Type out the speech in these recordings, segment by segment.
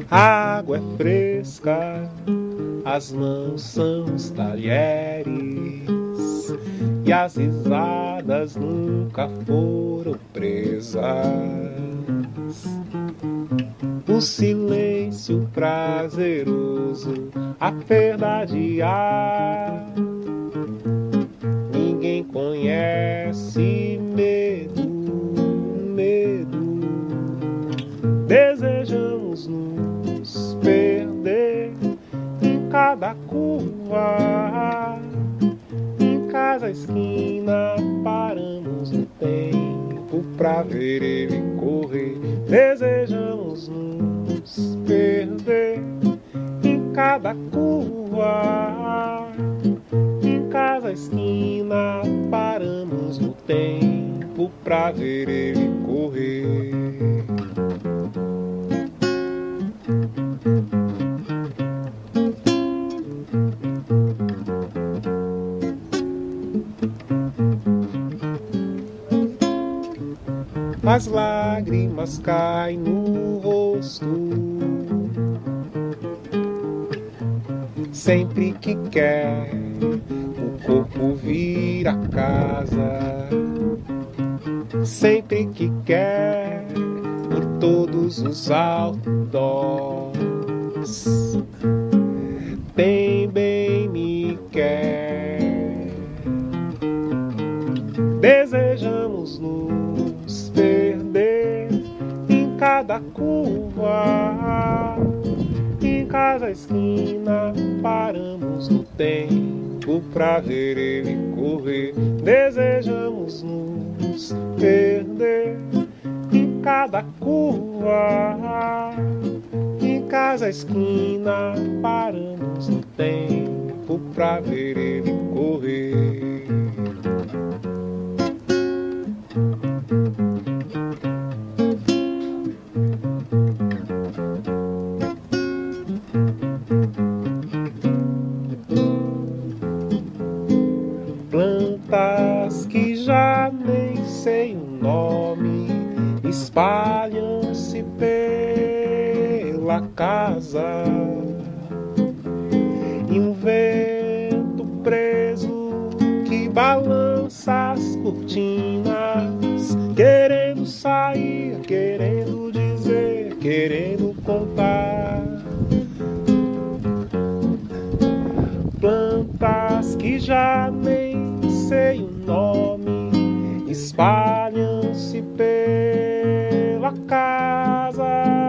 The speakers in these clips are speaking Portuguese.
A água é fresca, as mãos são os talheres, e as risadas nunca foram presas. O silêncio prazeroso, a verdade há. Ninguém conhece medo, medo. Desejamos nos perder em cada curva, em cada esquina. Paramos no tempo pra ver ele correr. Desejamos nos perder em cada curva, em cada esquina. Paramos no tempo pra ver ele correr. As lágrimas caem no rosto sempre que quer o corpo vir a casa, sempre que quer em todos os outdoors, também me quer. Desejamos nos perder em cada curva, em cada esquina. Paramos no tempo pra ver ele correr. Desejamos nos perder em cada curva, em cada esquina. Paramos no tempo pra ver ele correr. Plantas que já nem sei o nome espalham-se pela casa, e um vento preso que balança as cortinas, querendo sair, querendo dizer, querendo contar. Plantas que já nem sei o nome espalham-se pela casa,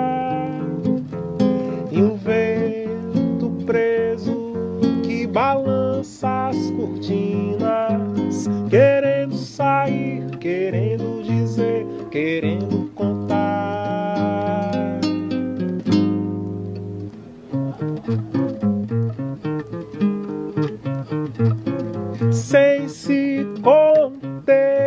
e um vento preso que balança as cortinas, querendo sair, querendo dizer, querendo contar. Sem se conter.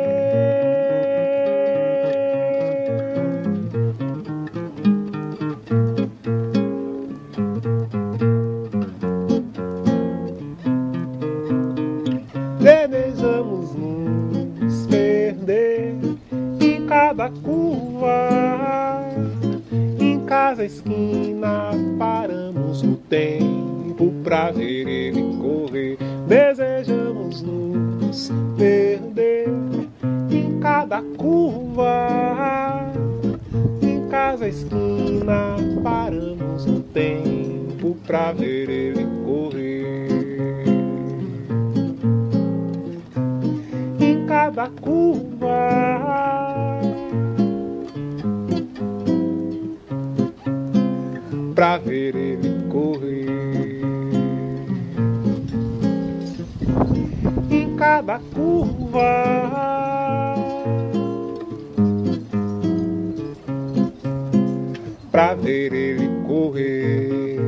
Desejamos nos perder em cada curva, em cada esquina. Paramos no tempo pra ver ele correr. Desejamos nos perder em cada curva, em cada esquina. Paramos no tempo pra ver ele correr. Em cada curva, pra ver ele correr. Em cada curva, pra ver ele correr.